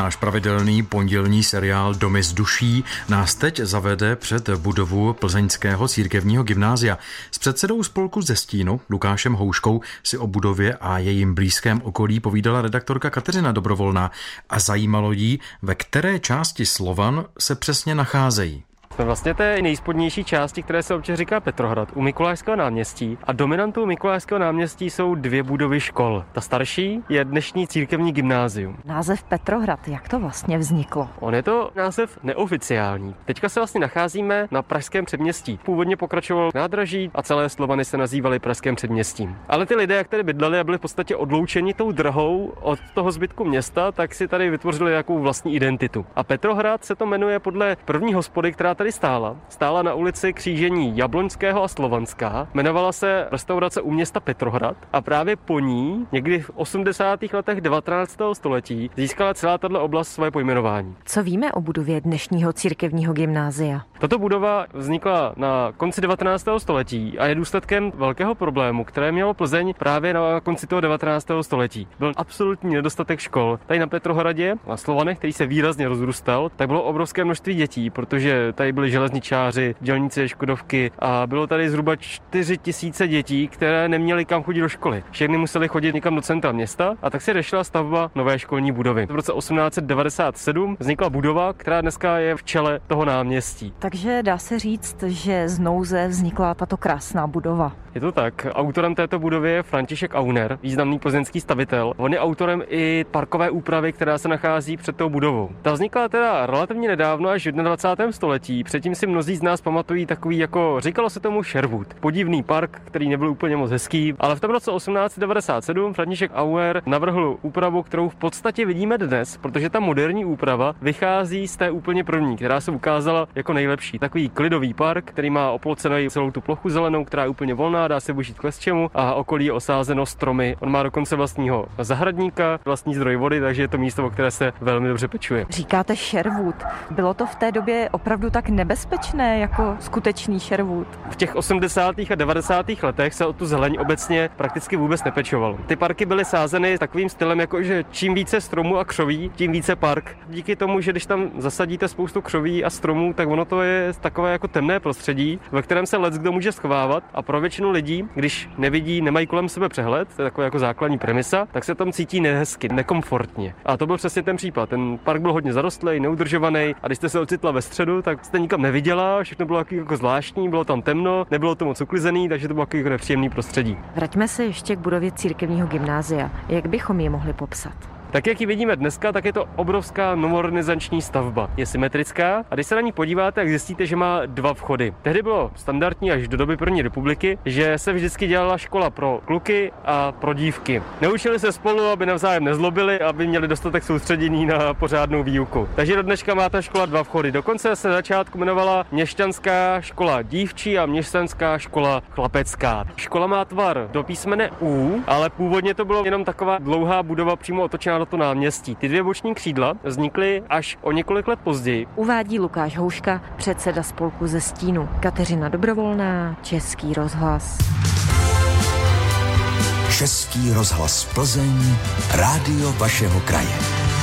náš pravidelný pondělní seriál Domy z duší nás teď zavede před budovu plzeňského církevního gymnázia. S předsedou spolku Ze stínu Lukášem Houškou si o budově a jejím blízkém okolí povídala redaktorka Kateřina Dobrovolná a zajímalo jí, ve které části Slovan se přesně nacházejí. Jsme vlastně té nejspodnější části, které se občas říká Petrohrad, u Mikulášského náměstí. A dominantou Mikulášského náměstí jsou dvě budovy škol. Ta starší je dnešní církevní gymnázium. Název Petrohrad, jak to vlastně vzniklo? On je to název neoficiální. Teďka se vlastně nacházíme na Pražském předměstí. Původně pokračoval nádraží a celé Slovany se nazývaly Pražským předměstím. Ale ty lidé, jak tady bydleli a byli v podstatě odloučeni tou drahou od toho zbytku města, tak si tady vytvořili nějakou vlastní identitu. A Petrohrad se to jmenuje podle první hospody, která tady stála na ulici křížení Jabloňského a Slovanská. Jmenovala se restaurace u města Petrohrad a právě po ní někdy v 80. letech 19. století získala celá tato oblast svoje pojmenování. Co víme o budově dnešního církevního gymnázia? Tato budova vznikla na konci 19. století a je důsledkem velkého problému, které mělo Plzeň právě na konci toho 19. století. Byl absolutní nedostatek škol. Tady na Petrohradě, na Slovanech, který se výrazně rozrůstal, tak bylo obrovské množství dětí, protože tady byli železničáři, dělníci Škodovky a bylo tady zhruba 4 000 dětí, které neměly kam chodit do školy. Všechny museli chodit někam do centra města a tak se řešila stavba nové školní budovy. V roce 1897 vznikla budova, která dneska je v čele toho náměstí. Takže dá se říct, že z nouze vznikla tato krásná budova. Je to tak. Autorem této budovy je František Auner, významný plzeňský stavitel. On je autorem i parkové úpravy, která se nachází před tou budovou. Ta vznikla teda relativně nedávno, až v 21. století. Předtím si mnozí z nás pamatují takový, jako říkalo se tomu Sherwood. Podivný park, který nebyl úplně moc hezký, ale v tom roce 1897 František Auer navrhl úpravu, kterou v podstatě vidíme dnes, protože ta moderní úprava vychází z té úplně první, která se ukázala jako nejlepší. Takový klidový park, který má oplocenou celou tu plochu zelenou, která je úplně volná, dá se využít k lesčemu a okolí je osázeno stromy. On má dokonce vlastního zahradníka, vlastní zdroj vody, takže je to místo, o které se velmi dobře pečuje. Říkáte Sherwood. Bylo to v té době opravdu tak nebezpečné jako skutečný Sherwood? V těch 80. a 90. letech se o tu zeleň obecně prakticky vůbec nepečovalo. Ty parky byly sázeny takovým stylem, jako že čím více stromů a křoví, tím více park. Díky tomu, že když tam zasadíte spoustu křoví a stromů, tak ono to je takové jako temné prostředí, ve kterém se leckdo může schovávat a pro většinu lidí, když nevidí, nemají kolem sebe přehled, to je taková jako základní premisa, tak se tam cítí nehezky, nekomfortně. A to byl přesně ten případ. Ten park byl hodně zarostlý, neudržovaný a když jste se ocitla ve středu, tak jste nikam neviděla, všechno bylo jako zvláštní, bylo tam temno, nebylo to moc uklizený, takže to bylo jako nepříjemný prostředí. Vraťme se ještě k budově církevního gymnázia. Jak bychom ji mohli popsat? Tak jak ji vidíme dneska, tak je to obrovská novorenesanční stavba. Je symetrická a když se na ní podíváte, tak zjistíte, že má 2 vchody. Tehdy bylo standardní až do doby první republiky, že se vždycky dělala škola pro kluky a pro dívky. Neučili se spolu, aby navzájem nezlobili, aby měli dostatek soustředění na pořádnou výuku. Takže do dneška má ta škola 2 vchody. Dokonce se začátku jmenovala Měšťanská škola dívčí a Měšťanská škola chlapecká. Škola má tvar do písmene U, ale původně to bylo jenom taková dlouhá budova přímo otočená na to náměstí. Ty 2 boční křídla vznikly až o několik let později. Uvádí Lukáš Houška, předseda spolku Ze stínu. Kateřina Dobrovolná, Český rozhlas. Český rozhlas Plzeň, rádio vašeho kraje.